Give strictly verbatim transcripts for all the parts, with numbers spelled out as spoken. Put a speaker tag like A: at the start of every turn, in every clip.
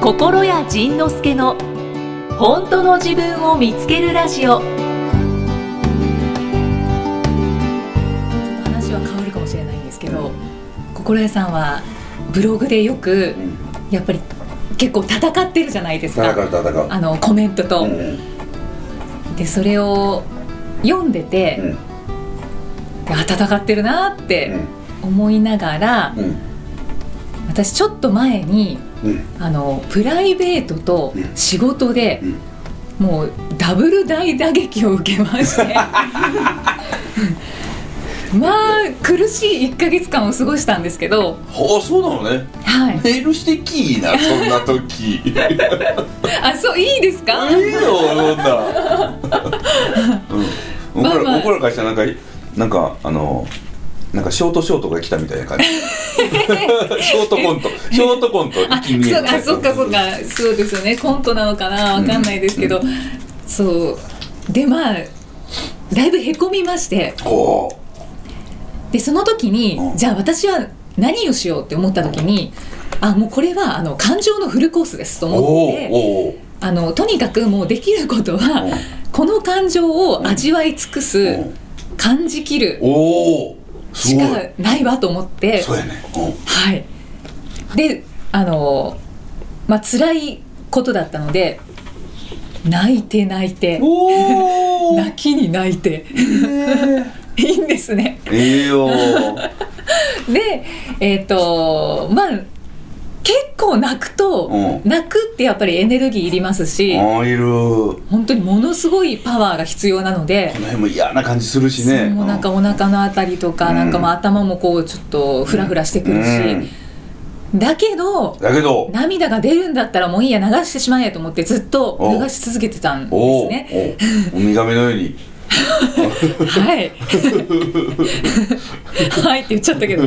A: 心谷仁之助の本当の自分を見つけるラジオ。話は変わるかもしれないんですけど、心谷さんはブログでよくやっぱり結構戦ってるじゃないですか。
B: 戦う戦う、
A: あのコメントと、うん、でそれを読んでて、うん、いや戦ってるなって思いながら、うん、私ちょっと前に、うん、あのプライベートと仕事で、うん、もうダブル大打撃を受けましてまあ苦しいいっかげつかんを過ごしたんですけど。
B: はあ、そうなのね、
A: はい、
B: メールしてきいな、そんな時
A: あ、そう、いいですか。
B: いいよ、そんな、うん、まあまあ、僕らからしたらなんか、なんかあのなんかショートショートが来たみたいな感じショートコントショートコント一気に見える。
A: あ、そっかそっか、そうですよね、コントなのかな、わかんないですけど、うん、そうで、まあだいぶへこみまして、
B: お
A: でその時に、うん、じゃあ私は何をしようって思った時に、あ、もうこれはあの感情のフルコースですと思って、あのとにかくもうできることは、うん、この感情を味わい尽くす、うん、感じきるしかないわと思って。
B: そうやね、うん、
A: はい。で、あのまあ辛いことだったので泣いて泣いて泣きに泣いて、えー、いいんですね。
B: いいよ
A: で、えっとまあ結構泣くと、うん、泣くってやっぱりエネルギーいりますし、
B: あ、いる。
A: 本当にものすごいパワーが必要なので、
B: この辺も嫌な感じするしね。
A: もうなんかお腹のあたりとか、うん、なんかもう頭もこうちょっとフラフラしてくるし、うん、だけど
B: だけど
A: 涙が出るんだったらもういいや、流してしまえと思ってずっと流し続けてたんですね。
B: おおウミガメのように
A: はいはいって言っちゃったけど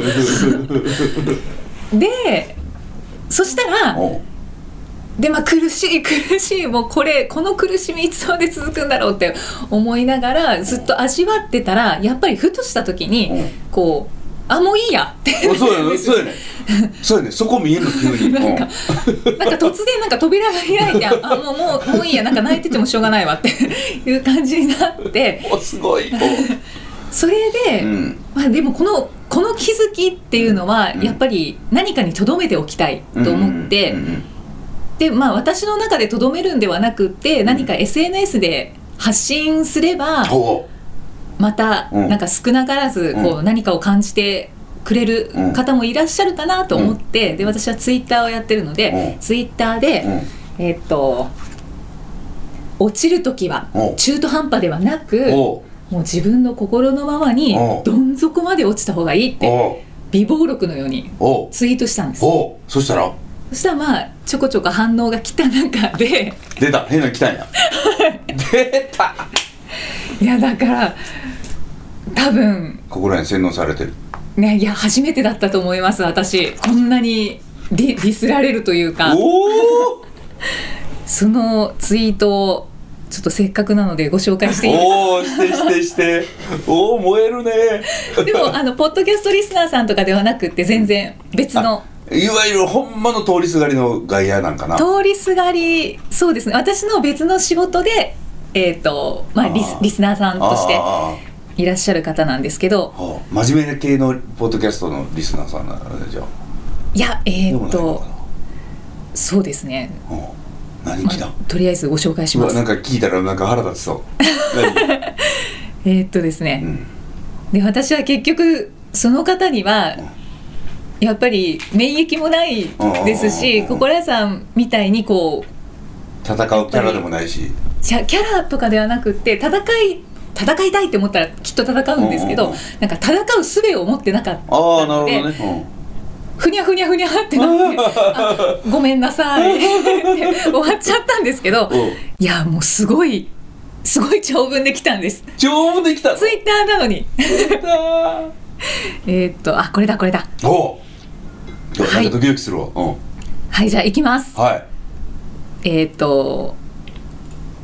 A: でそしたらで、まあ、苦しい苦しい、もうこれこの苦しみいつまで続くんだろうって思いながらずっと味わってたら、やっぱりふとした時にこう、あ、もういいやって
B: そうやね、そうやねそうやね、そこ見えるの急に
A: なんか、なんか突然なんか扉が開いて、あ、もうもうもういいや、なんか泣いててもしょうがないわっていう感じになって
B: お、すごい
A: それで、うん、まあ、でもこのこの気づきっていうのはやっぱり何かに留めておきたいと思って、うんうんうん、で、まあ、私の中で留めるんではなくって何か エスエヌエス で発信すれば、うん、またなんか少なからずこう何かを感じてくれる方もいらっしゃるかなと思って、で私はツイッターをやってるので、ツイッターで、えーっと落ちるときは中途半端ではなく、もう自分の心のままにどん底まで落ちた方がいいって微暴録のようにツイートしたんです。
B: おそしたら
A: そしたらまあちょこちょこ反応が来た中で
B: 出た、変なの来たんや出た。
A: いやだから多分
B: 心に洗脳されてる
A: ね。いや初めてだったと思います。私こんなにディ、ディスられるというか、おそのツイートをちょっとせっかくなのでご紹介していいですか。
B: おー、してしてしておー、燃えるね
A: でもあのポッドキャストリスナーさんとかではなくって全然別の、
B: いわゆるほんまの通りすがりの外野なんかな。
A: 通りすがり、そうですね、私の別の仕事で、えーとまあ、リス、リスナーさんとしていらっしゃる方なんですけど、
B: 真面目系のポッドキャストのリスナーさんなんじゃ。
A: いや、えーとそうですね、
B: 何来た、ま
A: あ、とりあえずご紹介します。
B: なんか聞いたらなんか腹立つそう
A: えーっとですね、うん、で私は結局その方にはやっぱり免疫もないですし、心屋さんみたいにこう
B: 戦うキャラでもないし、
A: キャラとかではなくって戦い戦いたいって思ったらきっと戦うんですけど、なんか戦う術を持ってなかったので、あ、なるほどね、うん、ふにゃふにゃふにゃってなってあごめんなさいって終わっちゃったんですけど、いやもうすごいすごい長文できたんです。
B: 長文できたの？
A: ツイッターなのにえっとあこれだこれだ。
B: おなんかドキドキするわ、うん、
A: はい、じゃあ行きます。
B: はい。
A: えっと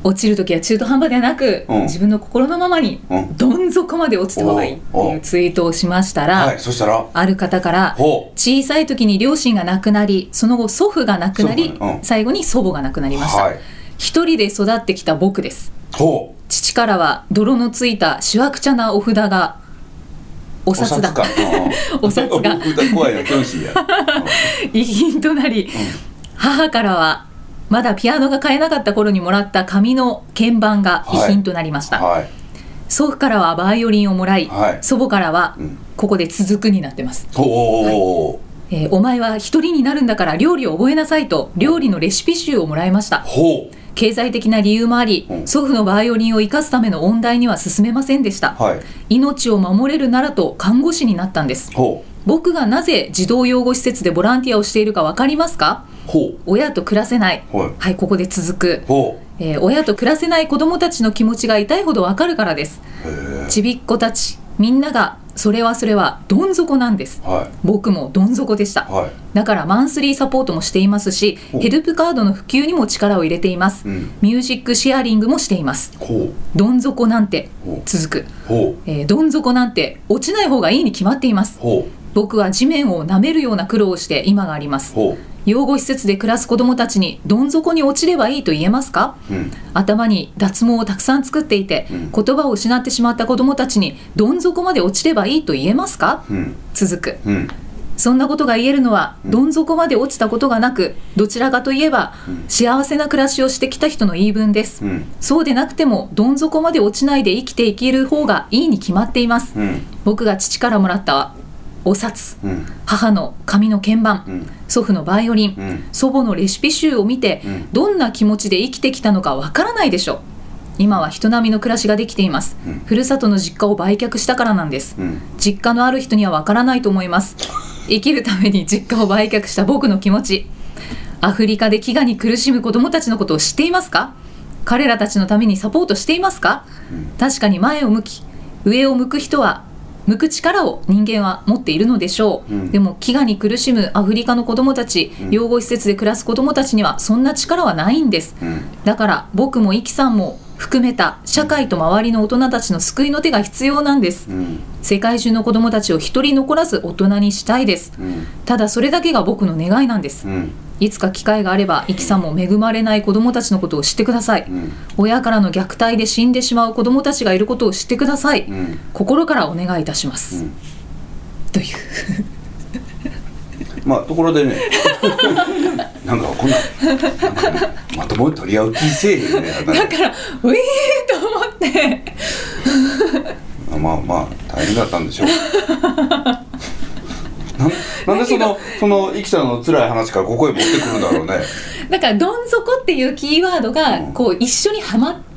A: 落ちるときは中途半端ではなく、
B: うん、
A: 自分の心のままにどん底まで落ちた方がいいっていうツイートをしましたら、
B: はい、そしたら
A: ある方から小さい時に両親が亡くなり、その後祖父が亡くなり、うん、最後に祖母が亡くなりました、はい、一人で育ってきた僕です。
B: ほう。
A: 父からは泥のついたしわくちゃなお札がお札だお札が
B: 怖いな、教師や
A: 遺品となり、うん、母からはまだピアノが買えなかった頃にもらった紙の鍵盤が遺品となりました、はいはい、祖父からはバイオリンをもらい、はい、祖母からはここで続くになってます、
B: うん、お,
A: はいえー、お前は一人になるんだから料理を覚えなさいと料理のレシピ集をもらいました。
B: ほう。
A: 経済的な理由もあり、うん、祖父のバイオリンを生かすための音大には進めませんでした、はい、命を守れるならと看護師になったんです。
B: ほう。
A: 僕がなぜ児童養護施設でボランティアをしているか分かりますか？
B: ほう。
A: 親と暮らせない、はい、はい、ここで続く。
B: ほう。
A: えー、親と暮らせない子どもたちの気持ちが痛いほど分かるからです。ちびっ子たちみんながそれはそれはどん底なんです、はい、僕もどん底でした、はい、だからマンスリーサポートもしていますし、ヘルプカードの普及にも力を入れています、うん、ミュージックシェアリングもしています。どん底なんて続く、えー、どん底なんて落ちない方がいいに決まっています。僕は地面を舐めるような苦労をして今があります。養護施設で暮らす子どもたちにどん底に落ちればいいと言えますか、うん、頭に脱毛をたくさん作っていて、うん、言葉を失ってしまった子どもたちにどん底まで落ちればいいと言えますか、うん、続く、うん、そんなことが言えるのは、うん、どん底まで落ちたことがなく、どちらかといえば、うん、幸せな暮らしをしてきた人の言い分です、うん、そうでなくてもどん底まで落ちないで生きていける方がいいに決まっています、うん、僕が父からもらったお札、うん、母の紙の鍵盤、うん、祖父のバイオリン、うん、祖母のレシピ集を見て、うん、どんな気持ちで生きてきたのかわからないでしょう。今は人並みの暮らしができています、うん、ふるさとの実家を売却したからなんです、うん、実家のある人にはわからないと思います。生きるために実家を売却した僕の気持ち、アフリカで飢餓に苦しむ子どもたちのことを知っていますか？彼らたちのためにサポートしていますか？うん、確かに前を向き上を向く人は向く力を人間は持っているのでしょう、うん、でも飢餓に苦しむアフリカの子どもたち、うん、養護施設で暮らす子どもたちにはそんな力はないんです、うん、だから僕もイキさんも含めた社会と周りの大人たちの救いの手が必要なんです、うん、世界中の子どもたちを一人残らず大人にしたいです、うん、ただそれだけが僕の願いなんです、うん、いつか機会があればイキさんも恵まれない子どもたちのことを知ってください、うん、親からの虐待で死んでしまう子どもたちがいることを知ってください、うん、心からお願いいたします、うん、という
B: まあところでねなんかこんな、なんか、ね、まともに取り合う気せえへんね。
A: だからウィーと思って
B: まあまあ大変だったんでしょうな, なんでそのそのイキさんの辛い話からここへ持ってくるんだろうね。
A: だからどん底っていうキーワードがこう一緒にはまって、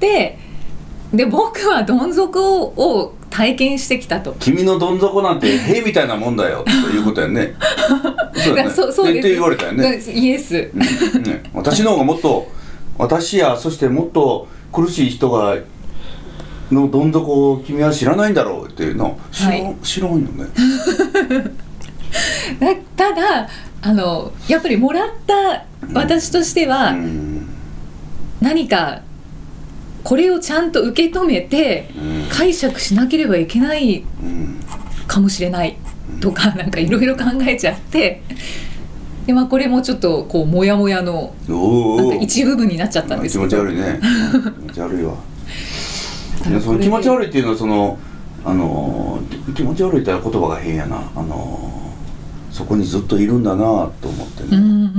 A: うん、で僕はどん底を体験してきたと。
B: 君のどん底なんて兵みたいなもんだよということやね。そうだね。
A: そ, そうです。
B: って言われたよね。
A: イエス、
B: うんね、私の方がもっと私やそしてもっと苦しい人がのどん底を君は知らないんだろうっていうの知ら、はい、知らんよね。
A: ただあのやっぱりもらった私としては、うん、何かこれをちゃんと受け止めて解釈しなければいけないかもしれないとか、なんかいろいろ考えちゃって、で、まあ、これもちょっとこうモヤモヤのなんか一部分になっちゃったんですけど、
B: 気持ち悪いね。気持ち悪いわ。その気持ち悪いっていうのはそのあの気持ち悪いって言葉が変やな、あのそこにずっといるんだなと思ってね、うんうんうんうん、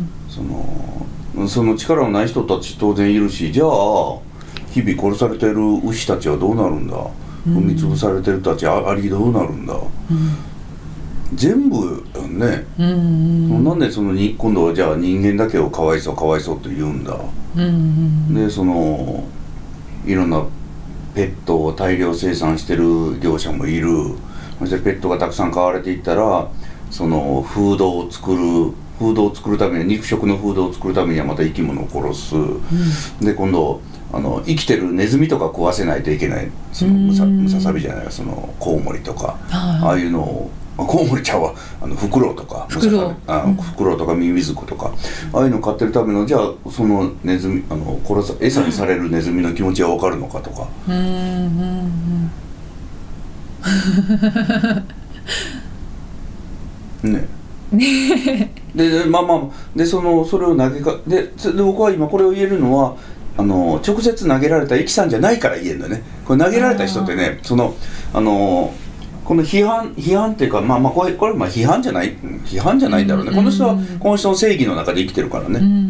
B: そのその力のない人たち当然いるし、じゃあ日々殺されている牛たちはどうなるんだ、踏み潰されてる人たちありどうなるんだ、うん、全部ね、うんうん、なんでそのに今度はじゃあ人間だけをかわいそうかわいそうと言うんだ、うんうん、でそのいろんなペットを大量生産してる業者もいる。そしてペットがたくさん飼われていったらそのフードを作るフードを作るために肉食のフードを作るためにはまた生き物を殺す、うん、で今度あの生きてるネズミとか食わせないといけない、そのムサ、ムササビじゃない、そのコウモリとか、はい、ああいうのをコウモリちゃんはあのフクロウとか
A: フクロウ、
B: あ、うん、フクロウとかミミズクとか、ああいうの飼ってるためのじゃあそのネズミあの殺さ餌にされるネズミの気持ちは分かるのかとか、うんうんうんねねでまあまあでそのそれを投げかでで僕は今これを言えるのはあの直接投げられたイキさんじゃないから言えるんだよね。これ投げられた人ってねそのあのこの批判批判っていうかまあまあこれこれまあ批判じゃない批判じゃないんだろうね、うんうんうん、この人はこの人の正義の中で生きてるからね、うんうんうん、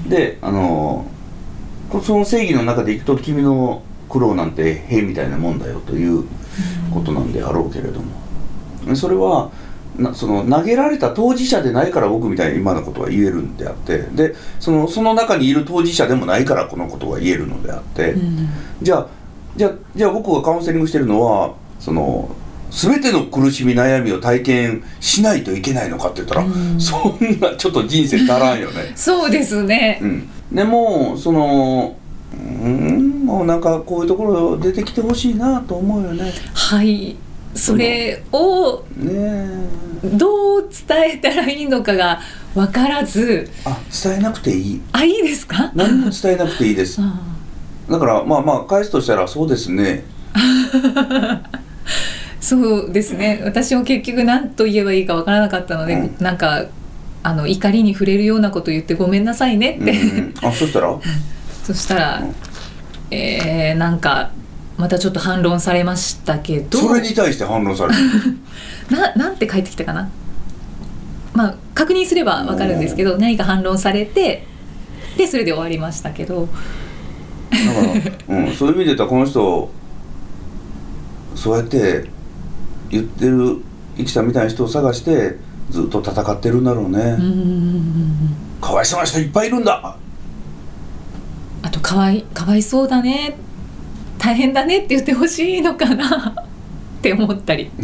B: であのその正義の中でいくと君の苦労なんて兵みたいなもんだよということなんであろうけれども、それはなその投げられた当事者でないから僕みたいに今のことが言えるんであって、でそのその中にいる当事者でもないからこのことが言えるのであって、うん、じゃあじゃあじゃあ僕がカウンセリングしてるのはその全ての苦しみ悩みを体験しないといけないのかって言ったら、うん、そんなちょっと人生足らんよね
A: そうですね、
B: うん、でもそのうんもうなんかこういうところ出てきてほしいなと思うよね。
A: はい、それをどう伝えたらいいのかが分からず。
B: あ、伝えなくていい。
A: あ、いいですか。
B: 何も伝えなくていいですだからまあまあ返すとしたらそうですね
A: そうですね、私も結局何と言えばいいか分からなかったので、うん、なんかあの怒りに触れるようなこと言ってごめんなさいねって、うんうん、
B: あ、そしたら
A: そしたら、うん、えー、なんかまたちょっと反論されましたけど。
B: それに対して反論される
A: な, なんて返ってきたかな。まあ確認すれば分かるんですけど、何か反論されてでそれで終わりましたけど
B: だから、うん、そういう意味で言ったらこの人そうやって言ってるイキさんみたいな人を探してずっと戦ってるんだろうね。うんうんうん、かわいそうな人いっぱいいるんだ。
A: あとかわい、かわいそうだね大変だねって言ってほしいのかなって思ったり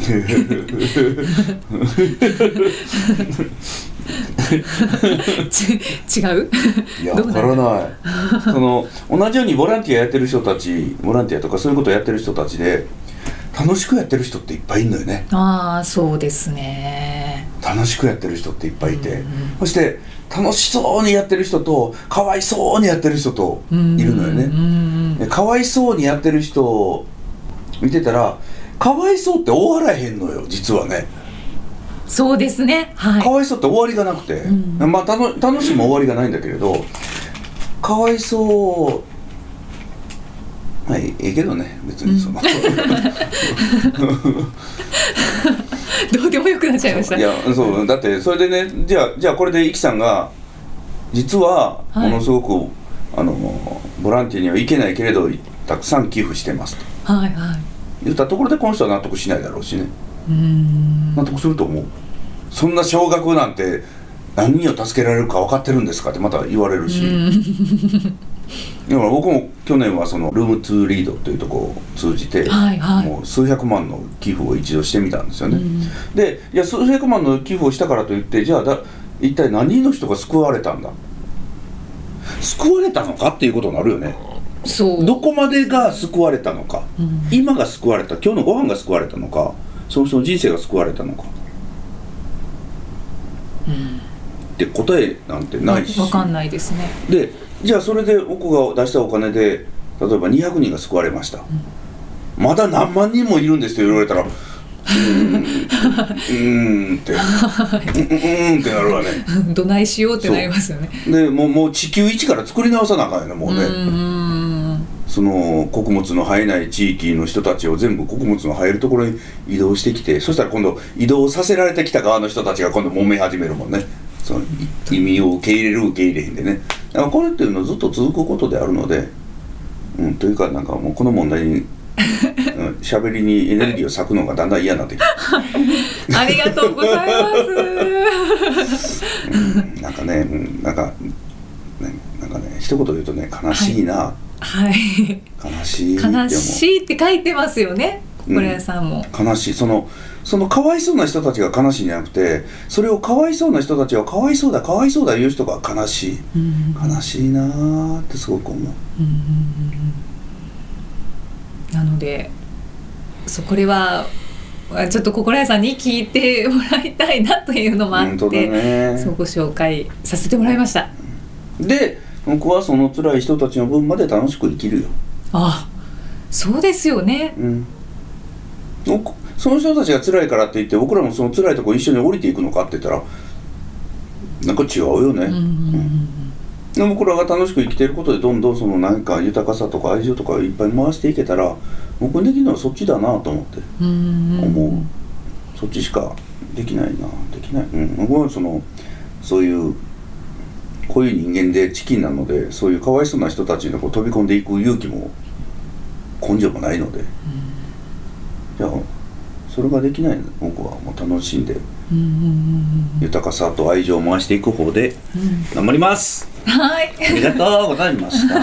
A: ち違う
B: いや分からないその同じようにボランティアやってる人たちボランティアとかそういうことをやってる人たちで楽しくやってる人っていっぱいいるのよね。
A: ああ、そうですね。
B: 楽しくやってる人っていっぱいいて、うんうん、そして楽しそうにやってる人とかわいそうにやってる人といるのよね、うんうんうん、かわいそうにやってる人を見てたらかわいそうって終わらへんのよ実はね。
A: そうですね、はい、
B: かわいそうって終わりがなくて、うん、まあたの楽しいも終わりがないんだけれどかわいそうまあいいけどね別にその、うん
A: どうでもよくなっちゃいました。
B: いやそうだってそれでねじゃあじゃあこれでイキさんが実はものすごく、はい、あのボランティアには行けないけれどたくさん寄付してますと、はいはい、言ったところでこの人は納得しないだろうしね。うーん納得すると思う。そんな少額なんて何人を助けられるか分かってるんですかってまた言われるしだから僕も去年はそのルームツーリードというところを通じて、はいはい、もう数百万の寄付を一度してみたんですよね。でいや数百万の寄付をしたからといってじゃあだ一体何人の人が救われたんだ救われたのかっていうことになるよね。そうどこまでが救われたのか、うん、今が救われた今日のご飯が救われたのかその人の人生が救われたのか、うん、って答えなんてないし
A: 分かんないですね。
B: でじゃあそれで僕が出したお金で例えばにひゃくにんが救われました、うん、まだ何万人もいるんですと言われたらうーんうーんってうーんってなるわね
A: どないしようってなりますよね。
B: でもう、もう地球一から作り直さなあかんよねもうね。うんその穀物の生えない地域の人たちを全部穀物の生えるところに移動してきてそしたら今度移動させられてきた側の人たちが今度揉め始めるもんね。その移民を受け入れる受け入れへんでね。だからこれっていうのはずっと続くことであるので、うん、というかなんかもうこの問題に喋、うん、りにエネルギーを割くのがだんだん嫌になってきた
A: ありがとうございます、
B: うん、なんかね、うん、なんかねなんかね一言言うとね悲しいな、はいはい、悲しいって
A: 悲しいって書いてますよねこれさんも、
B: うん、悲しいそのそのかわいそうな人たちが悲しいんじゃなくてそれをかわいそうな人たちはかわいそうだかわいそうだ言う人が悲しい、うん、悲しいなーってすごく思う、うん、
A: なのでそうこれはちょっと心屋さんに聞いてもらいたいなというのもあって、
B: 本当だね、
A: そうご紹介させてもらいました。
B: で僕はその辛い人たちの分まで楽しく生きるよ。
A: ああ、そうですよね、
B: うん、その人たちが辛いからって言って僕らもその辛いとこ一緒に降りていくのかって言ったらなんか違うよね、うんうんうん、で僕らが楽しく生きていることでどんどんその何か豊かさとか愛情とかいっぱい回していけたら僕できるのはそっちだなと思って思う、うんうん、そっちしかできないなできない、うん、僕はそのそういうこういう人間でチキンなのでそういうかわいそうな人たちにこう飛び込んでいく勇気も根性もないので、うん、じゃあそれができないの僕はもう楽しんで、うんうんうん、豊かさと愛情を回していく方で頑張ります、
A: うん、はい、
B: ありがとうございました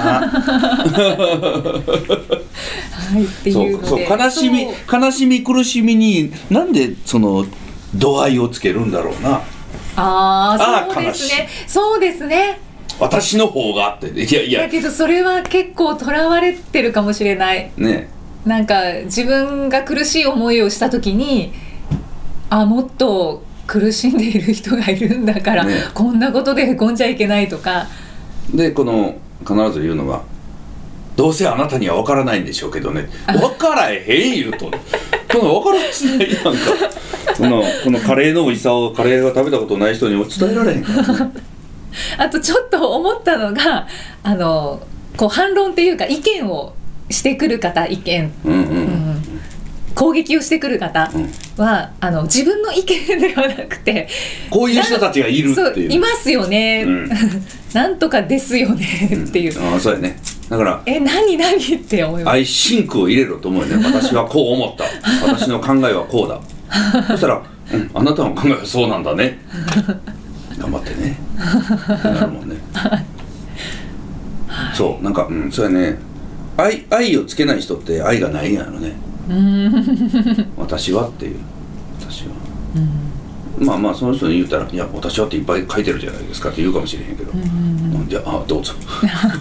A: はいっていうので、
B: そうそう悲しみ悲しみ苦しみになんでその度合いをつけるんだろうな。
A: ああ、そうですね、そうですね、
B: 私の方がっていやいや
A: だけどそれは結構とらわれてるかもしれない
B: ね。
A: なんか自分が苦しい思いをした時にあもっと苦しんでいる人がいるんだから、ね、こんなことでへこんじゃいけないとか
B: でこの必ず言うのがどうせあなたには分からないんでしょうけどね分からへん言うとこの分からんつないなんかこの、このカレーの美味しさをカレーが食べたことない人にも伝えられへんからね
A: あとちょっと思ったのがあのこう反論っていうか意見をしてくる方意見、うんうんうん、攻撃をしてくる方は、うん、あの自分の意見ではなくて
B: こういう人たちがいるっていう、
A: そういますよね、うん、なんとかですよねっていう、
B: うん、あそうやね。だから
A: え何何って思います。
B: アイシンクを入れろと思うよね。私はこう思った私の考えはこうだそしたら、うん、あなたの考えはそうなんだね頑張ってねってなるもんねそうなんか、うん、そうやね。愛, 愛をつけない人って愛がないんやろね私はっていう私は、うん、まあまあその人に言ったらいや私はっていっぱい書いてるじゃないですかって言うかもしれへんけど、うん、じゃあどうぞ
A: はい、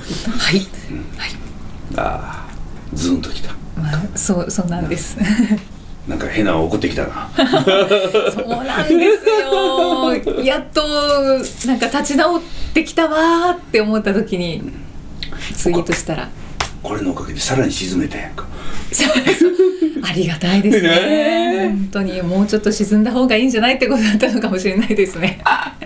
A: うんはい、
B: ああズーンときた、
A: まあ、そうそうなんです
B: なんか変なの送ってきたな
A: そうなんですよやっとなんか立ち直ってきたわって思った時にツイートしたら
B: これのおかげでさらに沈めたやんか
A: ありがたいですね本当にもうちょっと沈んだ方がいいんじゃないってことだったのかもしれないですね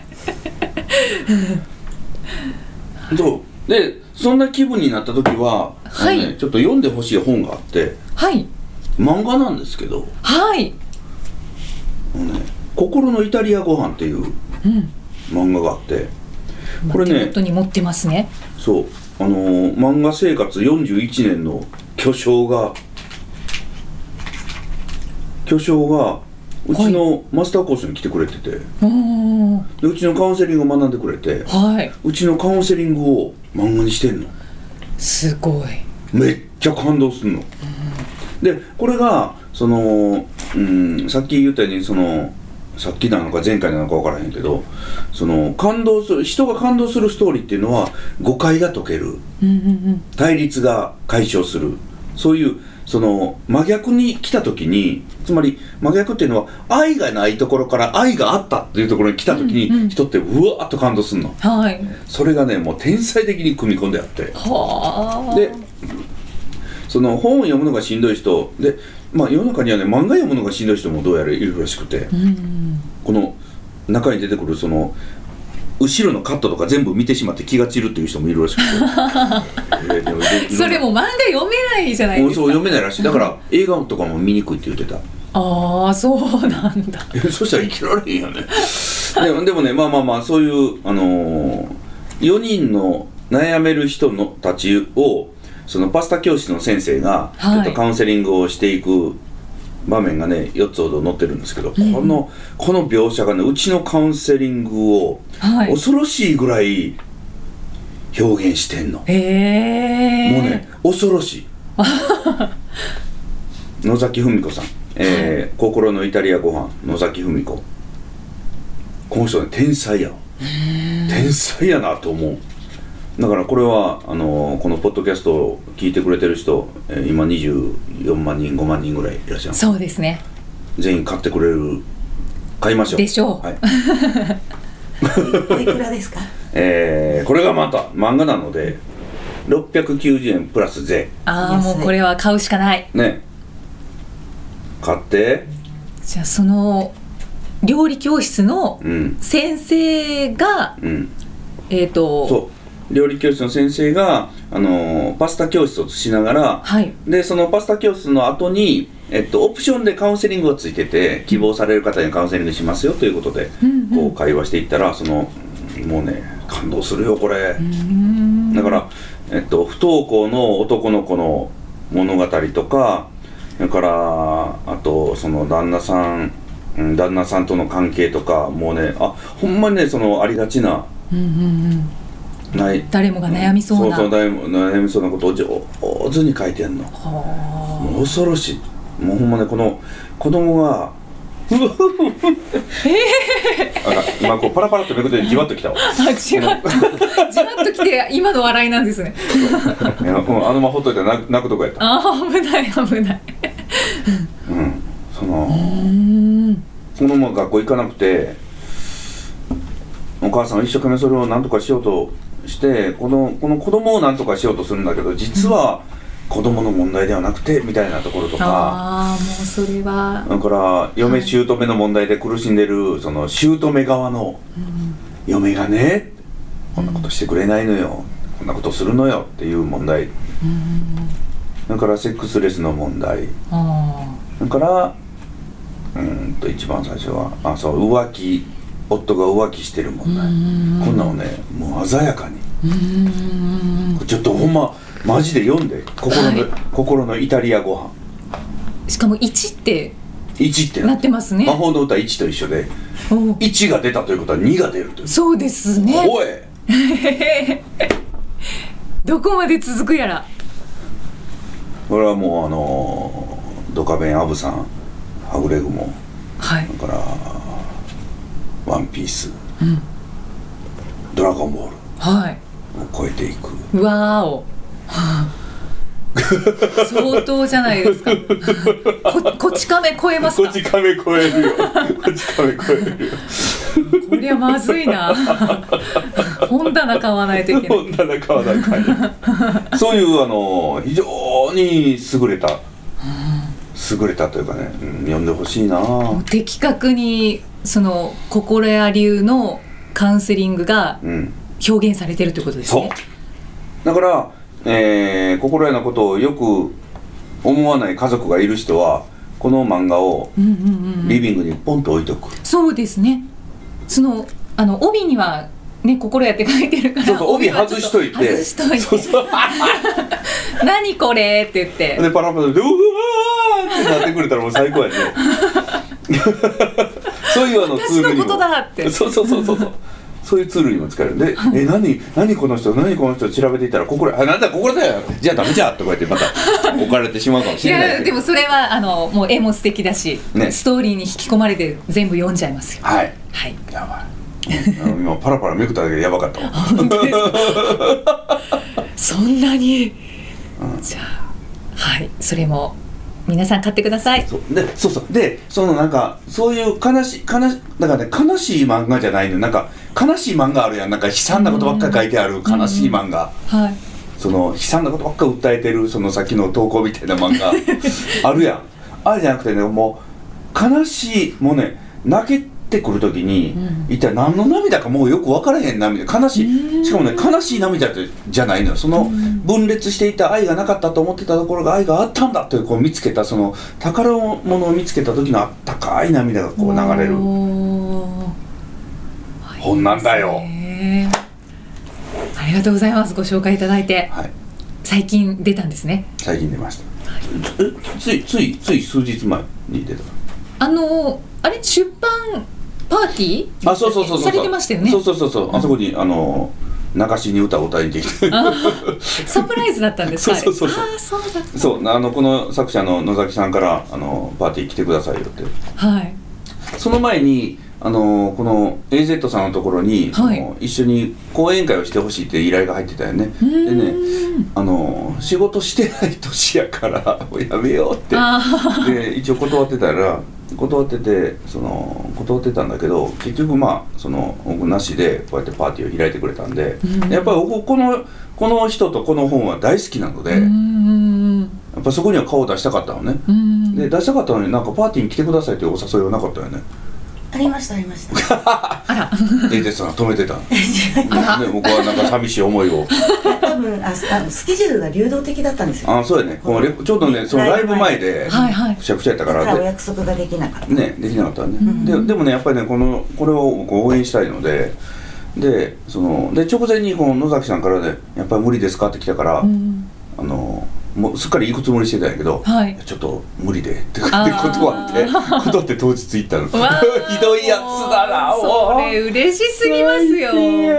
B: どうでそんな気分になった時は、はいね、ちょっと読んでほしい本があって
A: はい
B: 漫画なんですけど
A: はい
B: あの、ね、心のイタリアご飯っていう漫画があって、
A: うん、これね手元に持ってますね。
B: そうあのー、漫画生活よんじゅういちねんの巨匠が巨匠がうちのマスターコースに来てくれてて、はい、でうちのカウンセリングを学んでくれて、はい、うちのカウンセリングを漫画にしてんの。
A: すごい
B: めっちゃ感動すんの、うん、でこれがその、うん、さっき言ったようにそのさっきなのか前回なのか分からへんけどその感動する人が感動するストーリーっていうのは誤解が解ける、うんうんうん、対立が解消するそういうその真逆に来た時につまり真逆っていうのは愛がないところから愛があったっていうところに来た時に、うんうん、人ってうわーっと感動するの、はい、それがねもう天才的に組み込んであってはでその本を読むのがしんどい人でまあ世の中にはね漫画読むのがしんどい人もどうやらいるらしくて、うん、この中に出てくるその後ろのカットとか全部見てしまって気が散るっていう人もいるらしくてえでもで
A: それも漫画読めないじゃないですか。
B: そう読めないらしい。だから映画とかも見にくいって言ってた。
A: ああそうなんだ
B: そしたら生きられへんよねでも、でもねまあまあまあそういうあのー、よにんの悩める人のたちをそのパスタ教室の先生がちょっとカウンセリングをしていく場面がねよっつほど載ってるんですけど、うん、このこの描写がねうちのカウンセリングを恐ろしいぐらい表現してんの、はい、もうね恐ろしい野崎文子さん、えーはい、心のイタリアご飯野崎文子この人ね天才や天才やなと思う。だからこれはあのー、このポッドキャストを聞いてくれてる人、えー、今にじゅうよんまんにんごまんにんぐらいいらっしゃる。
A: そうですね。
B: 全員買ってくれる、買いましょう
A: でしょう、
B: はい、
A: おいくらですか？
B: えー、これがまた漫画なのでろっぴゃくきゅうじゅうえんプラス税。
A: ああ、もうこれは買うしかない
B: ね、買って。
A: じゃあその料理教室の先生が、
B: うん、
A: えっ、ー、と
B: そう料理教室の先生が、あのー、パスタ教室をしながら、
A: はい、で
B: そのパスタ教室の後に、えっと、オプションでカウンセリングがついてて、希望される方にカウンセリングしますよということで、うんうん、こう会話していったら、そのもうね感動するよこれ。うんだから、えっと、不登校の男の子の物語とか、それからあとその旦那さん旦那さんとの関係とか、もうね、あほんまにね、そのありがちな、
A: うんうんうん、ない誰もが悩みそうな、
B: そうそう、悩みそうなことを上手に書いてんの。もう恐ろしい。もうほんまね、この子供がうわふふふって今こうパラパラってめくってじわっときたわ。
A: あ、じわっとじわっときて今の笑いなんですね。
B: いや、あのままほっといたら泣く、泣くとこやった。
A: あー、危ない危ない。
B: うん、そのうん子供が学校行かなくて、お母さんは一生懸命それを何とかしようとして、この、この子供を何とかしようとするんだけど、実は子供の問題ではなくてみたいなところとか、
A: ああ、もうそれは
B: だから嫁姑の問題で苦しんでるその姑側の嫁がね、こんなことしてくれないのよ、こんなことするのよっていう問題、だからセックスレスの問題、だからうんと一番最初はあそう浮気、夫が浮気してる問題、こんなのねもう鮮やかに、ちょっとほんまマジで読んで、心の、はい、心のイタリアご飯。
A: しかもいちって
B: いちって
A: なってますね。
B: 魔法の歌いちと一緒で、いちが出たということはにが出るという。
A: そうですね。
B: おい
A: どこまで続くやら。
B: これはもうあのドカベンアブさん、はぐれぐも、
A: はい、
B: だからワンピース、
A: うん、
B: ドラゴンボール、
A: はい、
B: を超えていく。
A: うわーお相当じゃないですか。こ, こち亀超えますか。
B: こち亀超えるよ。こち亀超えるよ。
A: こりゃまずいな。本棚買わないといけない。
B: 本棚買わないといけない。そういうあの非常に優れた、優れたというかね、うん、読んでほしいな。
A: 的確にその心屋流のカウンセリングが表現されてるということですね。
B: そうだから。えー、心得なことをよく思わない家族がいる人はこの漫画をリビングにポンと置いとく、うんうんうん、
A: そうですね。そのあの帯にはね心得って書いてるから、
B: そうそう、帯外しといて
A: 外しといてそうそう何これって言って
B: でパラパラでうわーってなってくれたらもう最高やね。そういうあのツールにも、
A: 私のことだって
B: そうそうそうそうそういうツールにも使えるんで、え、何、何この人、何この人調べていたら、心、あ、なんだ、心だよ、じゃあダメじゃんとか言って、また置かれてしまうかもしれない。いや、
A: でもそれは、あの、もう絵も素敵だし、ね、ストーリーに引き込まれて全部読んじゃいますよ。
B: はい。
A: はい。
B: やばい。今、パラパラめくっただけでやばかったわ。
A: 本当ですか。そんなに。うん、じゃあ、はい、それも。皆さん買ってください。
B: そうで、そうそうで、そのなんかそういう悲しい悲しだからね、悲しい漫画じゃないの、なんか悲しい漫画あるやん、なんか悲惨なことばっかり書いてある悲しい漫画、
A: はい、
B: その悲惨なことばっかり訴えてるそのさっきの投稿みたいな漫画あるやん。あれじゃなくてね、もう悲しい、もうね泣けてくるときに、うん、一体何の涙かもうよく分からへん涙、悲しい、しかもね悲しい涙じゃないのよ。その分裂していた愛がなかったと思ってたところが愛があったんだというこう見つけた、その宝物を見つけた時のあったかい涙がこう流れる本なんだよ。
A: ありがとうございます。ご紹介いただいて、はい、最近出たんですね。
B: 最近出ました、はい、ついついつい数日前に出た。
A: あのあれ出版パーティー
B: あ、そうそうそうそう
A: されてましたよね。
B: そうそうそうそう、うん、あそこにあの流しに歌を歌いに行ってきて
A: サプライズだったんですか。
B: そうそうそうそう、
A: あ、そうだった。
B: そう、あのこの作者の野崎さんからあのパーティー来てくださいよって、
A: はい、
B: その前にあのこの エーゼット さんのところに、はい、あの一緒に講演会をしてほしいって依頼が入ってたよね。でね、あの仕事してない年やからもうやめようってで一応断ってたら、 断っててその断ってたんだけど結局まあその僕なしでこうやってパーティーを開いてくれたんで、うん、やっぱり僕このこの人とこの本は大好きなので、うん、やっぱそこには顔を出したかったのね、うん、で出したかったのになんかパーティーに来てくださいというお誘いはなかったよね。
C: ありましたありました
A: あら
B: エデさん止めてたね、僕はなんか寂しい思いを
C: 多分ああスケジュールが流動的だったんですよ。
B: あそうやね、このレちょうどねそのライブ前でくしゃくしゃやったから、
C: だからお約束ができなかった
B: ね、できなかったね、うん、で, でもねやっぱりねこのこれを僕応援したいのででそので直前にこの野崎さんからねやっぱり無理ですかって来たから、うん、あのもうすっかり行くつもりしてたんやけど、はい、ちょっと無理でって断って断って当日行ったのひどいやつだな。
A: それ嬉しすぎますよ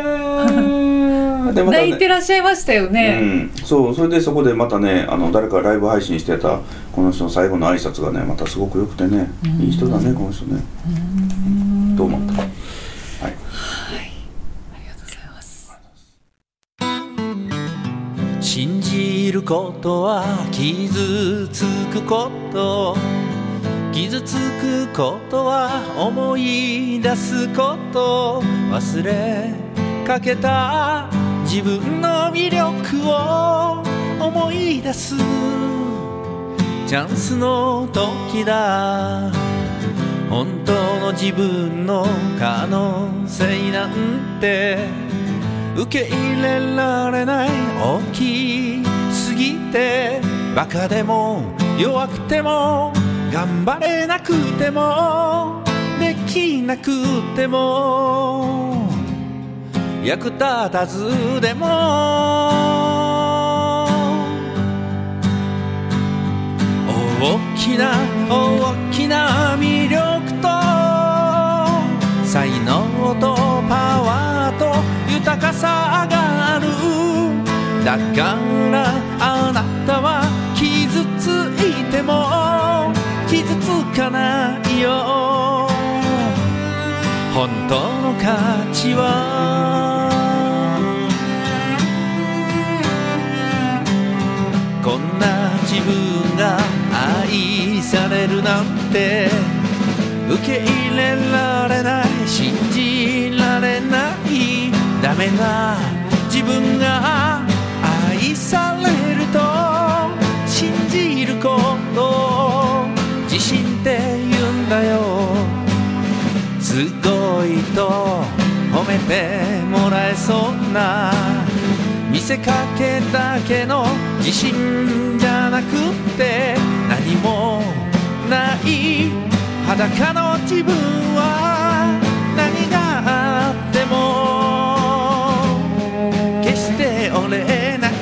A: で、またね、泣いてらっしゃいましたよね、
B: うん、そうそれでそこでまたねあの誰かライブ配信してたこの人の最後の挨拶がねまたすごく良くてねいい人だねこの人ねと思った。はい、はい、
A: ありがとうございます。
D: 信じることは傷つくこと、傷つくことは思い出すこと、忘れかけた自分の魅力を思い出すチャンスの時だ。本当の自分の可能性なんて受け入れられない、大きすぎてバカでも弱くても頑張れなくてもできなくても役立たずでも大きな大きな魅力と才能とパワーと豊かさがある。だからあなたは傷ついても傷つかないよ。本当の価値はこんな自分が愛されるなんて受け入れられない、信じられない、ダメな自分が愛されると信じることを自信って言うんだよ。すごいと褒めてもらえそうな見せかけだけの自信じゃなくって何もない裸の自分は何があっても決して折れない。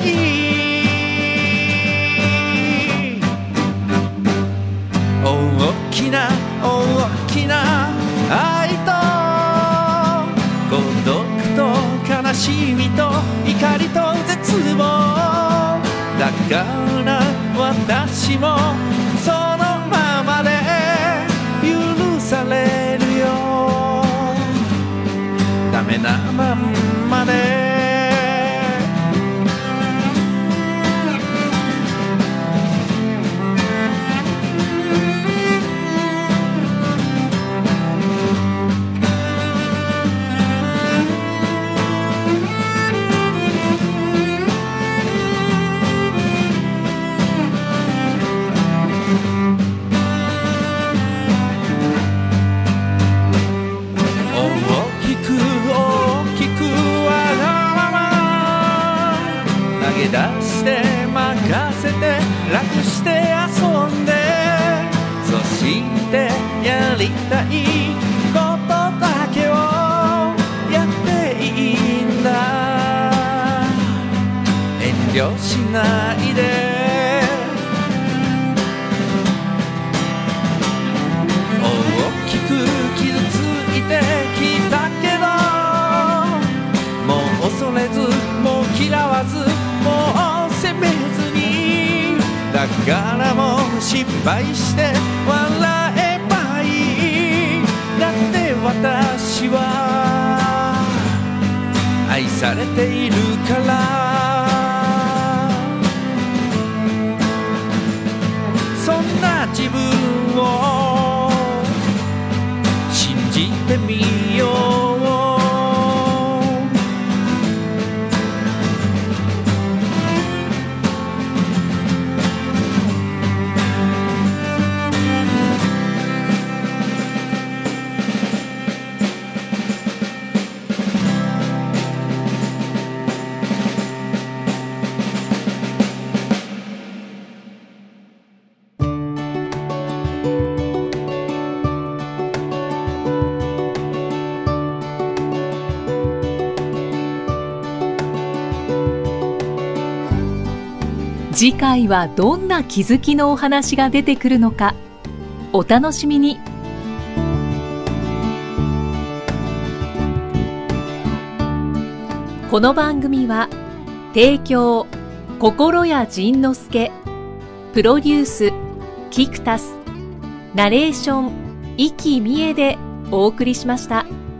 D: 大きな大きな愛と孤独と悲しみと怒りと絶望だから私もそのままで許されるよ。ダメなまんまで出して任せて楽して遊んでそしてやりたいことだけをやっていいんだ。遠慮しないで大きく傷ついてきたけどもう恐れずもう嫌わずもう責めずにだからもう失敗して笑えばいい。だって私は愛されているからそんな自分をじてみよう。
A: 次回はどんな気づきのお話が出てくるのか、お楽しみに。この番組は提供心谷仁之助、プロデュースキクタス、ナレーション生きみえでお送りしました。